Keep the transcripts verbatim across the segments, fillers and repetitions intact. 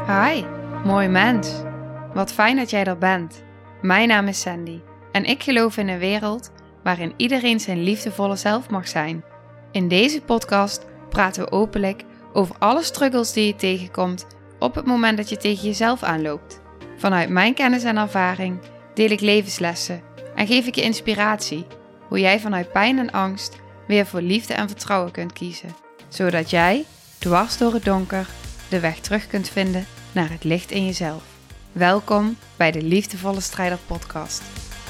Hi, mooi mens. Wat fijn dat jij er bent. Mijn naam is Sandy en ik geloof in een wereld waarin iedereen zijn liefdevolle zelf mag zijn. In deze podcast praten we openlijk over alle struggles die je tegenkomt op het moment dat je tegen jezelf aanloopt. Vanuit mijn kennis en ervaring deel ik levenslessen en geef ik je inspiratie hoe jij vanuit pijn en angst weer voor liefde en vertrouwen kunt kiezen. Zodat jij, dwars door het donker, de weg terug kunt vinden naar het licht in jezelf. Welkom bij de Liefdevolle Strijder podcast.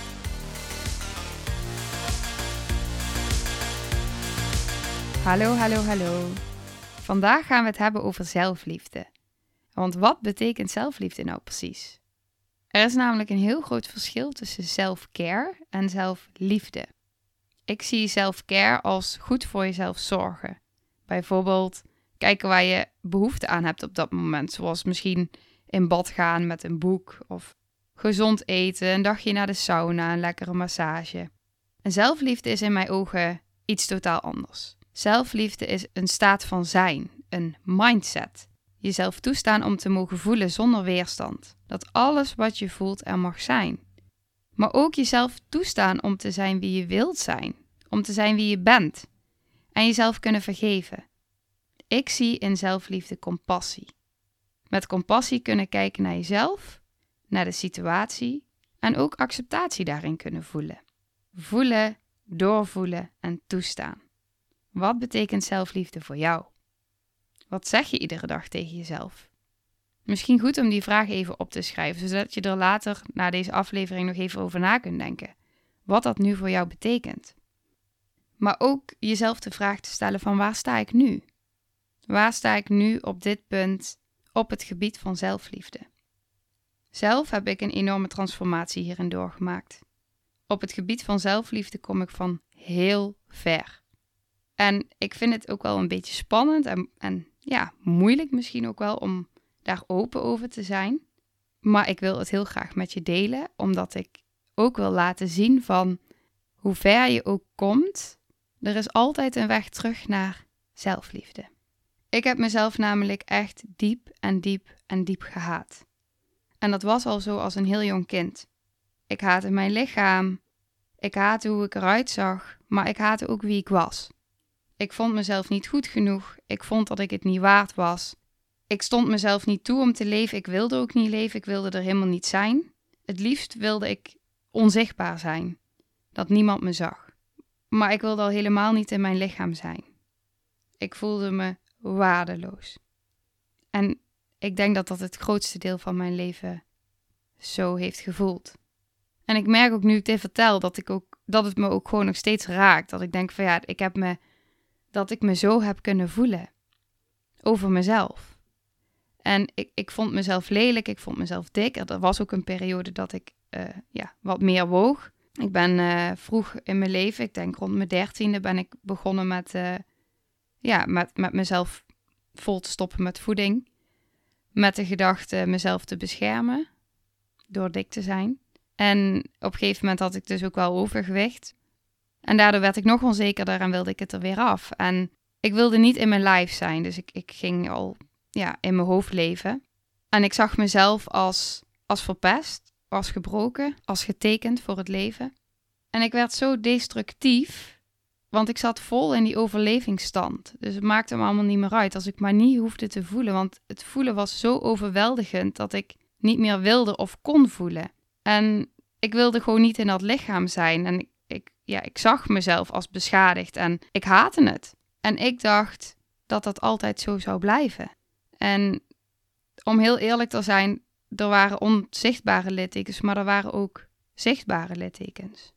Hallo, hallo, hallo. Vandaag gaan we het hebben over zelfliefde. Want wat betekent zelfliefde nou precies? Er is namelijk een heel groot verschil tussen self-care en zelfliefde. Ik zie self-care als goed voor jezelf zorgen. Bijvoorbeeld kijken waar je behoefte aan hebt op dat moment. Zoals misschien in bad gaan met een boek of gezond eten, een dagje naar de sauna, een lekkere massage. En zelfliefde is in mijn ogen iets totaal anders. Zelfliefde is een staat van zijn, een mindset. Jezelf toestaan om te mogen voelen zonder weerstand. Dat alles wat je voelt er mag zijn. Maar ook jezelf toestaan om te zijn wie je wilt zijn. Om te zijn wie je bent. En jezelf kunnen vergeven. Ik zie in zelfliefde compassie. Met compassie kunnen kijken naar jezelf, naar de situatie en ook acceptatie daarin kunnen voelen. Voelen, doorvoelen en toestaan. Wat betekent zelfliefde voor jou? Wat zeg je iedere dag tegen jezelf? Misschien goed om die vraag even op te schrijven, zodat je er later na deze aflevering nog even over na kunt denken. Wat dat nu voor jou betekent. Maar ook jezelf de vraag te stellen van waar sta ik nu? Waar sta ik nu op dit punt op het gebied van zelfliefde? Zelf heb ik een enorme transformatie hierin doorgemaakt. Op het gebied van zelfliefde kom ik van heel ver. En ik vind het ook wel een beetje spannend en, en ja, moeilijk misschien ook wel om daar open over te zijn. Maar ik wil het heel graag met je delen, omdat ik ook wil laten zien van hoe ver je ook komt, er is altijd een weg terug naar zelfliefde. Ik heb mezelf namelijk echt diep en diep en diep gehaat. En dat was al zo als een heel jong kind. Ik haatte mijn lichaam, ik haatte hoe ik eruit zag, maar ik haatte ook wie ik was. Ik vond mezelf niet goed genoeg, ik vond dat ik het niet waard was. Ik stond mezelf niet toe om te leven, ik wilde ook niet leven, ik wilde er helemaal niet zijn. Het liefst wilde ik onzichtbaar zijn, dat niemand me zag. Maar ik wilde al helemaal niet in mijn lichaam zijn. Ik voelde me waardeloos. En ik denk dat dat het grootste deel van mijn leven zo heeft gevoeld. En ik merk ook nu ik dit vertel, dat, ik ook, dat het me ook gewoon nog steeds raakt. Dat ik denk van ja, ik heb me, dat ik me zo heb kunnen voelen. Over mezelf. En ik, ik vond mezelf lelijk, ik vond mezelf dik. Er was ook een periode dat ik uh, ja, wat meer woog. Ik ben uh, vroeg in mijn leven, ik denk rond mijn dertiende, ben ik begonnen met... Uh, Ja, met, met mezelf vol te stoppen met voeding. Met de gedachte mezelf te beschermen. Door dik te zijn. En op een gegeven moment had ik dus ook wel overgewicht. En daardoor werd ik nog onzekerder en wilde ik het er weer af. En ik wilde niet in mijn lijf zijn. Dus ik, ik ging al ja, in mijn hoofd leven. En ik zag mezelf als, als verpest. Als gebroken. Als getekend voor het leven. En ik werd zo destructief... Want ik zat vol in die overlevingsstand. Dus het maakte me allemaal niet meer uit. Als ik maar niet hoefde te voelen. Want het voelen was zo overweldigend dat ik niet meer wilde of kon voelen. En ik wilde gewoon niet in dat lichaam zijn. En ik, ik, ja, ik zag mezelf als beschadigd. En ik haatte het. En ik dacht dat dat altijd zo zou blijven. En om heel eerlijk te zijn, er waren onzichtbare littekens. Maar er waren ook zichtbare littekens.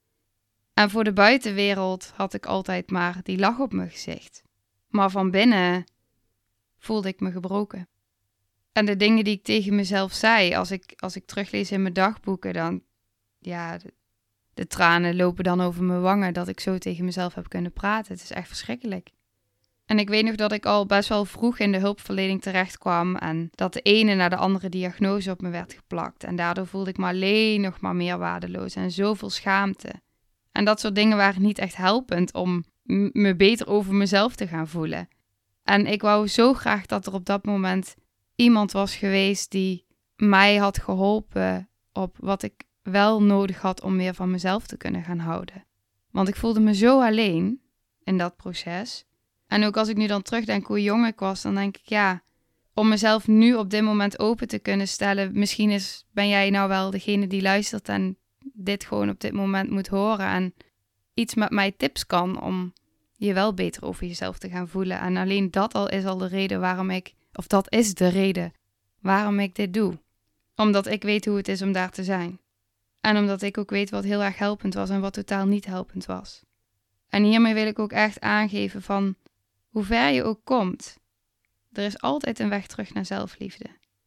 En voor de buitenwereld had ik altijd maar die lach op mijn gezicht. Maar van binnen voelde ik me gebroken. En de dingen die ik tegen mezelf zei, als ik, als ik teruglees in mijn dagboeken, dan, ja, de, de tranen lopen dan over mijn wangen dat ik zo tegen mezelf heb kunnen praten. Het is echt verschrikkelijk. En ik weet nog dat ik al best wel vroeg in de hulpverlening terecht kwam en dat de ene naar de andere diagnose op me werd geplakt. En daardoor voelde ik me alleen nog maar meer waardeloos en zoveel schaamte. En dat soort dingen waren niet echt helpend om m- me beter over mezelf te gaan voelen. En ik wou zo graag dat er op dat moment iemand was geweest die mij had geholpen op wat ik wel nodig had om meer van mezelf te kunnen gaan houden. Want ik voelde me zo alleen in dat proces. En ook als ik nu dan terugdenk hoe jong ik was, dan denk ik ja, om mezelf nu op dit moment open te kunnen stellen. Misschien is, ben jij nou wel degene die luistert en dit gewoon op dit moment moet horen. En iets met mij tips kan om je wel beter over jezelf te gaan voelen. En alleen dat al is al de reden waarom ik, of dat is de reden waarom ik dit doe. Omdat ik weet hoe het is om daar te zijn. En omdat ik ook weet wat heel erg helpend was en wat totaal niet helpend was. En hiermee wil ik ook echt aangeven van hoe ver je ook komt. Er is altijd een weg terug naar zelfliefde.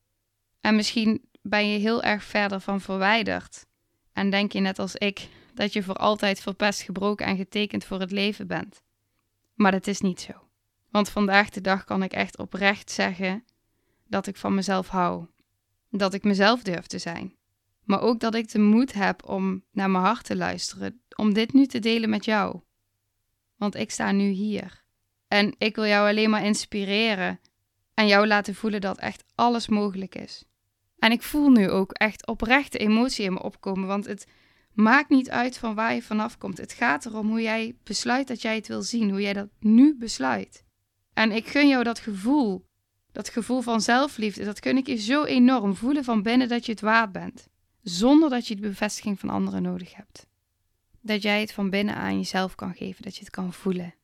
En misschien ben je heel erg verder van verwijderd. En denk je net als ik dat je voor altijd verpest, gebroken en getekend voor het leven bent. Maar dat is niet zo. Want vandaag de dag kan ik echt oprecht zeggen dat ik van mezelf hou. Dat ik mezelf durf te zijn. Maar ook dat ik de moed heb om naar mijn hart te luisteren. Om dit nu te delen met jou. Want ik sta nu hier. En ik wil jou alleen maar inspireren. En jou laten voelen dat echt alles mogelijk is. En ik voel nu ook echt oprechte emotie in me opkomen. Want het maakt niet uit van waar je vanaf komt. Het gaat erom hoe jij besluit dat jij het wil zien. Hoe jij dat nu besluit. En ik gun jou dat gevoel. Dat gevoel van zelfliefde. Dat gun ik je zo enorm. Voelen van binnen dat je het waard bent. Zonder dat je de bevestiging van anderen nodig hebt. Dat jij het van binnen aan jezelf kan geven. Dat je het kan voelen.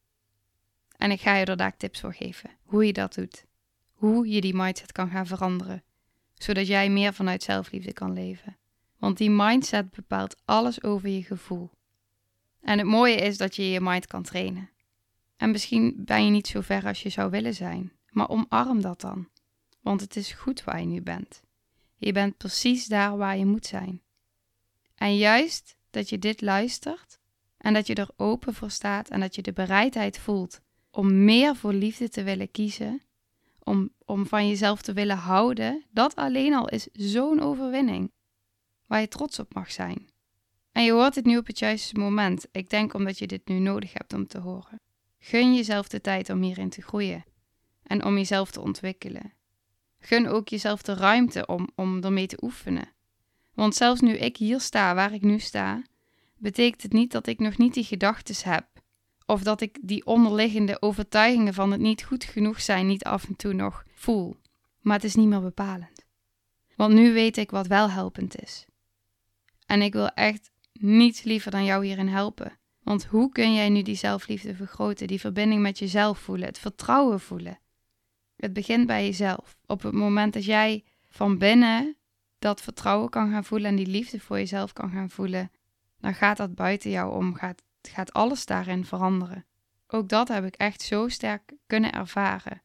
En ik ga je er daar tips voor geven. Hoe je dat doet. Hoe je die mindset kan gaan veranderen. Zodat jij meer vanuit zelfliefde kan leven. Want die mindset bepaalt alles over je gevoel. En het mooie is dat je je mind kan trainen. En misschien ben je niet zo ver als je zou willen zijn. Maar omarm dat dan. Want het is goed waar je nu bent. Je bent precies daar waar je moet zijn. En juist dat je dit luistert. En dat je er open voor staat. En dat je de bereidheid voelt om meer voor liefde te willen kiezen. Om, om van jezelf te willen houden. Dat alleen al is zo'n overwinning. Waar je trots op mag zijn. En je hoort het nu op het juiste moment. Ik denk omdat je dit nu nodig hebt om te horen. Gun jezelf de tijd om hierin te groeien. En om jezelf te ontwikkelen. Gun ook jezelf de ruimte om, om ermee te oefenen. Want zelfs nu ik hier sta, waar ik nu sta, betekent het niet dat ik nog niet die gedachtes heb. Of dat ik die onderliggende overtuigingen van het niet goed genoeg zijn niet af en toe nog voel. Maar het is niet meer bepalend. Want nu weet ik wat wel helpend is. En ik wil echt niets liever dan jou hierin helpen. Want hoe kun jij nu die zelfliefde vergroten, die verbinding met jezelf voelen, het vertrouwen voelen? Het begint bij jezelf. Op het moment dat jij van binnen dat vertrouwen kan gaan voelen en die liefde voor jezelf kan gaan voelen, dan gaat dat buiten jou om, gaat, gaat alles daarin veranderen. Ook dat heb ik echt zo sterk kunnen ervaren.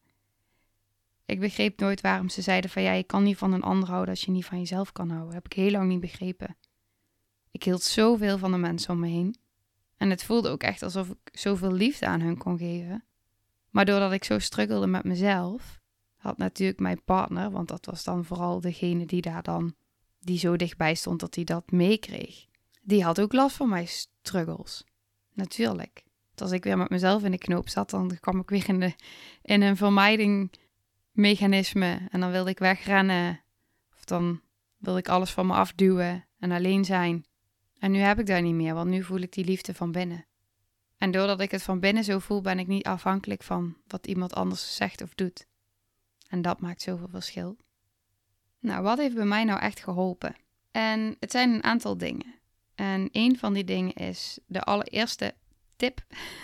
Ik begreep nooit waarom ze zeiden van ja, je kan niet van een ander houden als je niet van jezelf kan houden. Dat heb ik heel lang niet begrepen. Ik hield zoveel van de mensen om me heen. En het voelde ook echt alsof ik zoveel liefde aan hun kon geven. Maar doordat ik zo struggelde met mezelf, had natuurlijk mijn partner, want dat was dan vooral degene die daar dan, die zo dichtbij stond dat hij dat meekreeg. Die had ook last van mijn struggles. Natuurlijk. Want als ik weer met mezelf in de knoop zat, dan kwam ik weer in, de, in een vermijdingmechanisme. En dan wilde ik wegrennen. Of dan wilde ik alles van me afduwen en alleen zijn. En nu heb ik dat niet meer, want nu voel ik die liefde van binnen. En doordat ik het van binnen zo voel, ben ik niet afhankelijk van wat iemand anders zegt of doet. En dat maakt zoveel verschil. Nou, wat heeft bij mij nou echt geholpen? En het zijn een aantal dingen. En een van die dingen is, de allereerste tip,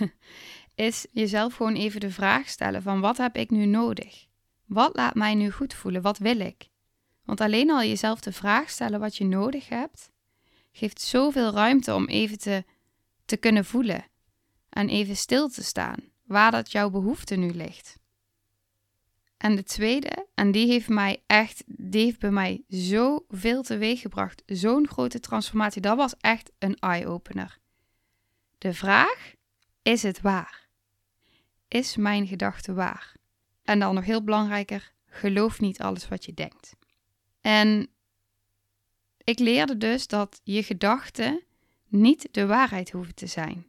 is jezelf gewoon even de vraag stellen van wat heb ik nu nodig? Wat laat mij nu goed voelen? Wat wil ik? Want alleen al jezelf de vraag stellen wat je nodig hebt, geeft zoveel ruimte om even te, te kunnen voelen. En even stil te staan, waar dat jouw behoefte nu ligt. En de tweede, en die heeft mij echt, die heeft bij mij zoveel teweeggebracht. Zo'n grote transformatie, dat was echt een eye-opener. De vraag, is het waar? Is mijn gedachte waar? En dan nog heel belangrijker, geloof niet alles wat je denkt. En ik leerde dus dat je gedachten niet de waarheid hoeven te zijn.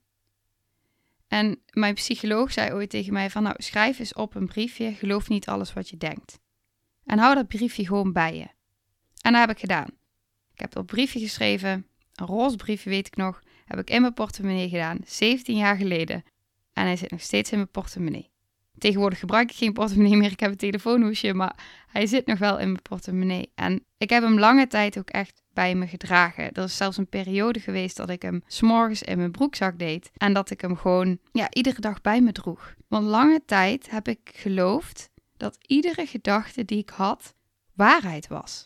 En mijn psycholoog zei ooit tegen mij van, nou, schrijf eens op een briefje, geloof niet alles wat je denkt. En hou dat briefje gewoon bij je. En dat heb ik gedaan. Ik heb dat briefje geschreven, een roze briefje weet ik nog, heb ik in mijn portemonnee gedaan, zeventien jaar geleden. En hij zit nog steeds in mijn portemonnee. Tegenwoordig gebruik ik geen portemonnee meer, ik heb een telefoonhoesje, maar hij zit nog wel in mijn portemonnee. En ik heb hem lange tijd ook echt bij me gedragen. Er is zelfs een periode geweest dat ik hem 's morgens in mijn broekzak deed. En dat ik hem gewoon ja, iedere dag bij me droeg. Want lange tijd heb ik geloofd dat iedere gedachte die ik had, waarheid was.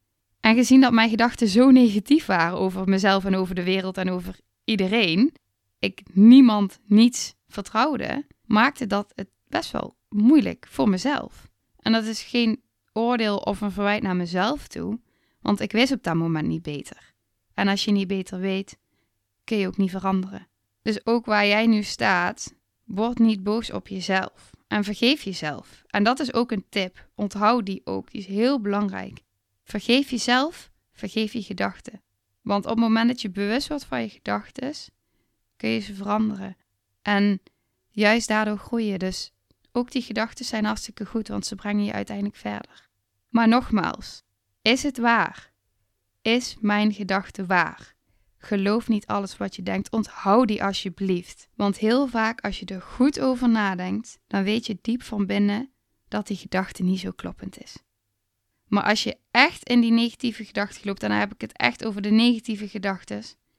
En gezien dat mijn gedachten zo negatief waren over mezelf en over de wereld en over iedereen, ik niemand niets vertrouwde, maakte dat het best wel moeilijk voor mezelf. En dat is geen oordeel of een verwijt naar mezelf toe, want ik wist op dat moment niet beter. En als je niet beter weet, kun je ook niet veranderen. Dus ook waar jij nu staat, word niet boos op jezelf en vergeef jezelf. En dat is ook een tip, onthoud die ook, die is heel belangrijk. Vergeef jezelf, vergeef je gedachten. Want op het moment dat je bewust wordt van je gedachten, kun je ze veranderen. En juist daardoor groeien. Dus ook die gedachten zijn hartstikke goed, want ze brengen je uiteindelijk verder. Maar nogmaals, is het waar? Is mijn gedachte waar? Geloof niet alles wat je denkt. Onthoud die alsjeblieft. Want heel vaak als je er goed over nadenkt, dan weet je diep van binnen dat die gedachte niet zo kloppend is. Maar als je echt in die negatieve gedachten gelooft, dan heb ik het echt over de negatieve gedachten.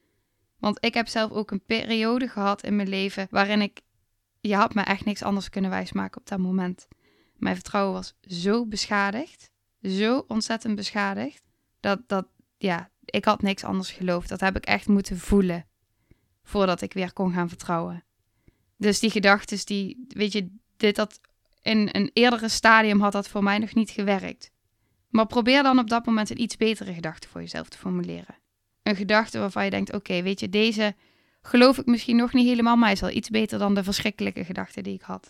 Want ik heb zelf ook een periode gehad in mijn leven waarin ik, je had me echt niks anders kunnen wijsmaken op dat moment. Mijn vertrouwen was zo beschadigd, zo ontzettend beschadigd, dat, dat ja, ik had niks anders geloofd. Dat heb ik echt moeten voelen voordat ik weer kon gaan vertrouwen. Dus die gedachten, die, weet je, dit dat in een eerdere stadium had dat voor mij nog niet gewerkt. Maar probeer dan op dat moment een iets betere gedachte voor jezelf te formuleren. Een gedachte waarvan je denkt, oké, okay, weet je, deze geloof ik misschien nog niet helemaal, maar hij is al iets beter dan de verschrikkelijke gedachte die ik had.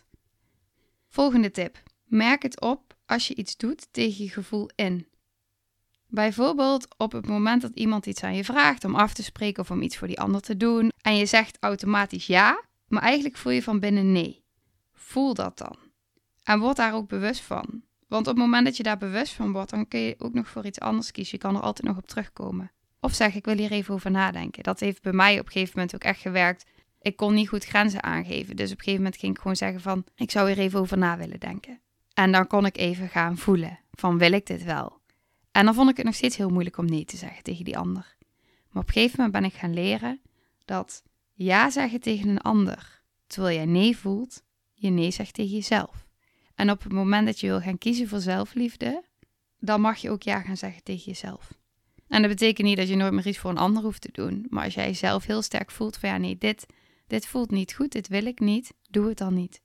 Volgende tip. Merk het op als je iets doet tegen je gevoel in. Bijvoorbeeld op het moment dat iemand iets aan je vraagt om af te spreken of om iets voor die ander te doen. En je zegt automatisch ja, maar eigenlijk voel je van binnen nee. Voel dat dan. En word daar ook bewust van. Want op het moment dat je daar bewust van wordt, dan kun je ook nog voor iets anders kiezen. Je kan er altijd nog op terugkomen. Of zeg, ik wil hier even over nadenken. Dat heeft bij mij op een gegeven moment ook echt gewerkt. Ik kon niet goed grenzen aangeven. Dus op een gegeven moment ging ik gewoon zeggen van, ik zou hier even over na willen denken. En dan kon ik even gaan voelen van, wil ik dit wel? En dan vond ik het nog steeds heel moeilijk om nee te zeggen tegen die ander. Maar op een gegeven moment ben ik gaan leren dat ja zeggen tegen een ander, terwijl jij nee voelt, je nee zegt tegen jezelf. En op het moment dat je wil gaan kiezen voor zelfliefde, dan mag je ook ja gaan zeggen tegen jezelf. En dat betekent niet dat je nooit meer iets voor een ander hoeft te doen. Maar als jij zelf heel sterk voelt van ja nee, dit, dit voelt niet goed, dit wil ik niet, doe het dan niet.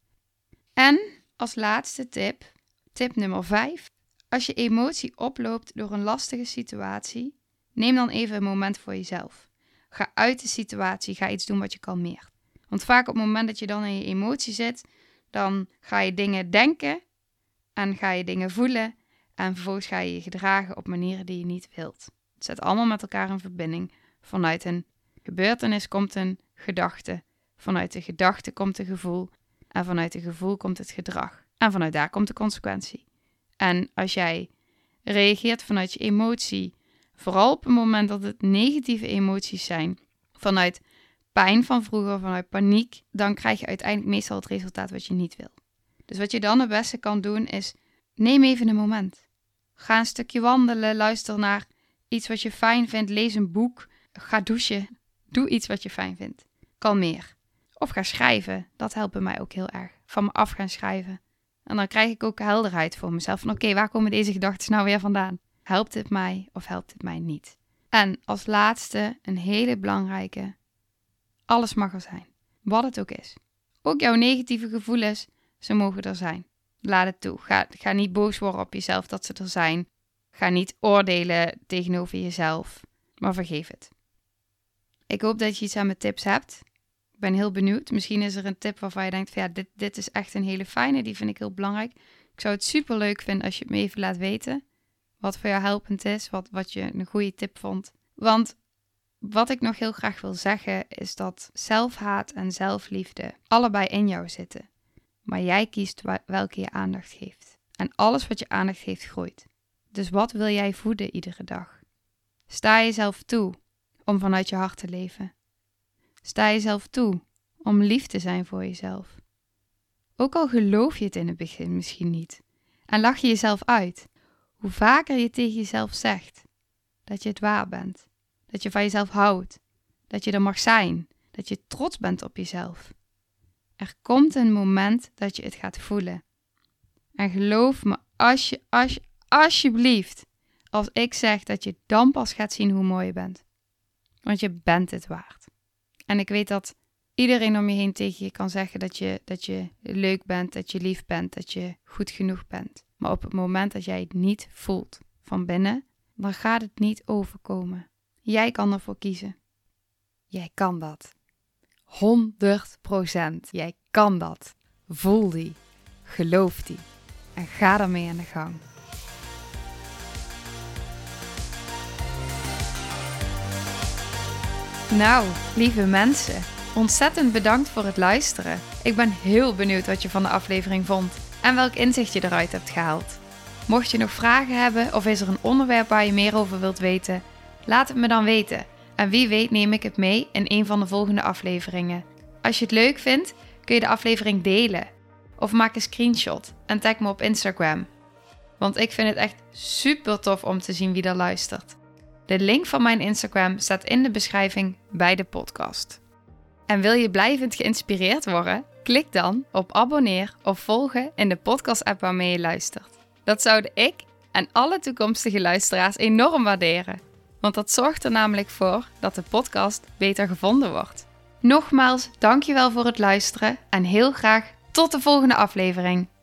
En als laatste tip, tip nummer vijf. Als je emotie oploopt door een lastige situatie, neem dan even een moment voor jezelf. Ga uit de situatie, ga iets doen wat je kalmeert. Want vaak op het moment dat je dan in je emotie zit, dan ga je dingen denken en ga je dingen voelen en vervolgens ga je je gedragen op manieren die je niet wilt. Het zit allemaal met elkaar in verbinding. Vanuit een gebeurtenis komt een gedachte, vanuit de gedachte komt een gevoel en vanuit het gevoel komt het gedrag. En vanuit daar komt de consequentie. En als jij reageert vanuit je emotie, vooral op het moment dat het negatieve emoties zijn, vanuit pijn van vroeger, vanuit paniek, dan krijg je uiteindelijk meestal het resultaat wat je niet wil. Dus wat je dan het beste kan doen is, neem even een moment. Ga een stukje wandelen, luister naar iets wat je fijn vindt, lees een boek, ga douchen, doe iets wat je fijn vindt. Kalmeer. Of ga schrijven, dat helpt bij mij ook heel erg. Van me af gaan schrijven. En dan krijg ik ook helderheid voor mezelf van oké, okay, waar komen deze gedachten nou weer vandaan? Helpt dit mij of helpt dit mij niet? En als laatste, een hele belangrijke, alles mag er zijn. Wat het ook is. Ook jouw negatieve gevoelens, ze mogen er zijn. Laat het toe. Ga, ga niet boos worden op jezelf dat ze er zijn. Ga niet oordelen tegenover jezelf, maar vergeef het. Ik hoop dat je iets aan mijn tips hebt. Ik ben heel benieuwd. Misschien is er een tip waarvan je denkt van ja, dit, dit is echt een hele fijne. Die vind ik heel belangrijk. Ik zou het super leuk vinden als je het me even laat weten. Wat voor jou helpend is. Wat, wat je een goede tip vond. Want wat ik nog heel graag wil zeggen is dat zelfhaat en zelfliefde allebei in jou zitten. Maar jij kiest welke je aandacht geeft. En alles wat je aandacht heeft groeit. Dus wat wil jij voeden iedere dag? Sta jezelf toe om vanuit je hart te leven. Sta jezelf toe om lief te zijn voor jezelf. Ook al geloof je het in het begin misschien niet. En lach je jezelf uit. Hoe vaker je tegen jezelf zegt dat je het waar bent. Dat je van jezelf houdt. Dat je er mag zijn. Dat je trots bent op jezelf. Er komt een moment dat je het gaat voelen. En geloof me als je, als je, alsjeblieft, als ik zeg dat je dan pas gaat zien hoe mooi je bent. Want je bent het waard. En ik weet dat iedereen om je heen tegen je kan zeggen dat je, dat je leuk bent, dat je lief bent, dat je goed genoeg bent. Maar op het moment dat jij het niet voelt van binnen, dan gaat het niet overkomen. Jij kan ervoor kiezen. Jij kan dat. honderd procent. Jij kan dat. Voel die. Geloof die. En ga ermee aan de gang. Nou, lieve mensen, ontzettend bedankt voor het luisteren. Ik ben heel benieuwd wat je van de aflevering vond en welk inzicht je eruit hebt gehaald. Mocht je nog vragen hebben of is er een onderwerp waar je meer over wilt weten, laat het me dan weten. En wie weet neem ik het mee in een van de volgende afleveringen. Als je het leuk vindt, kun je de aflevering delen. Of maak een screenshot en tag me op Instagram. Want ik vind het echt super tof om te zien wie er luistert. De link van mijn Instagram staat in de beschrijving bij de podcast. En wil je blijvend geïnspireerd worden? Klik dan op abonneer of volgen in de podcast-app waarmee je luistert. Dat zouden ik en alle toekomstige luisteraars enorm waarderen. Want dat zorgt er namelijk voor dat de podcast beter gevonden wordt. Nogmaals, dankjewel voor het luisteren en heel graag tot de volgende aflevering.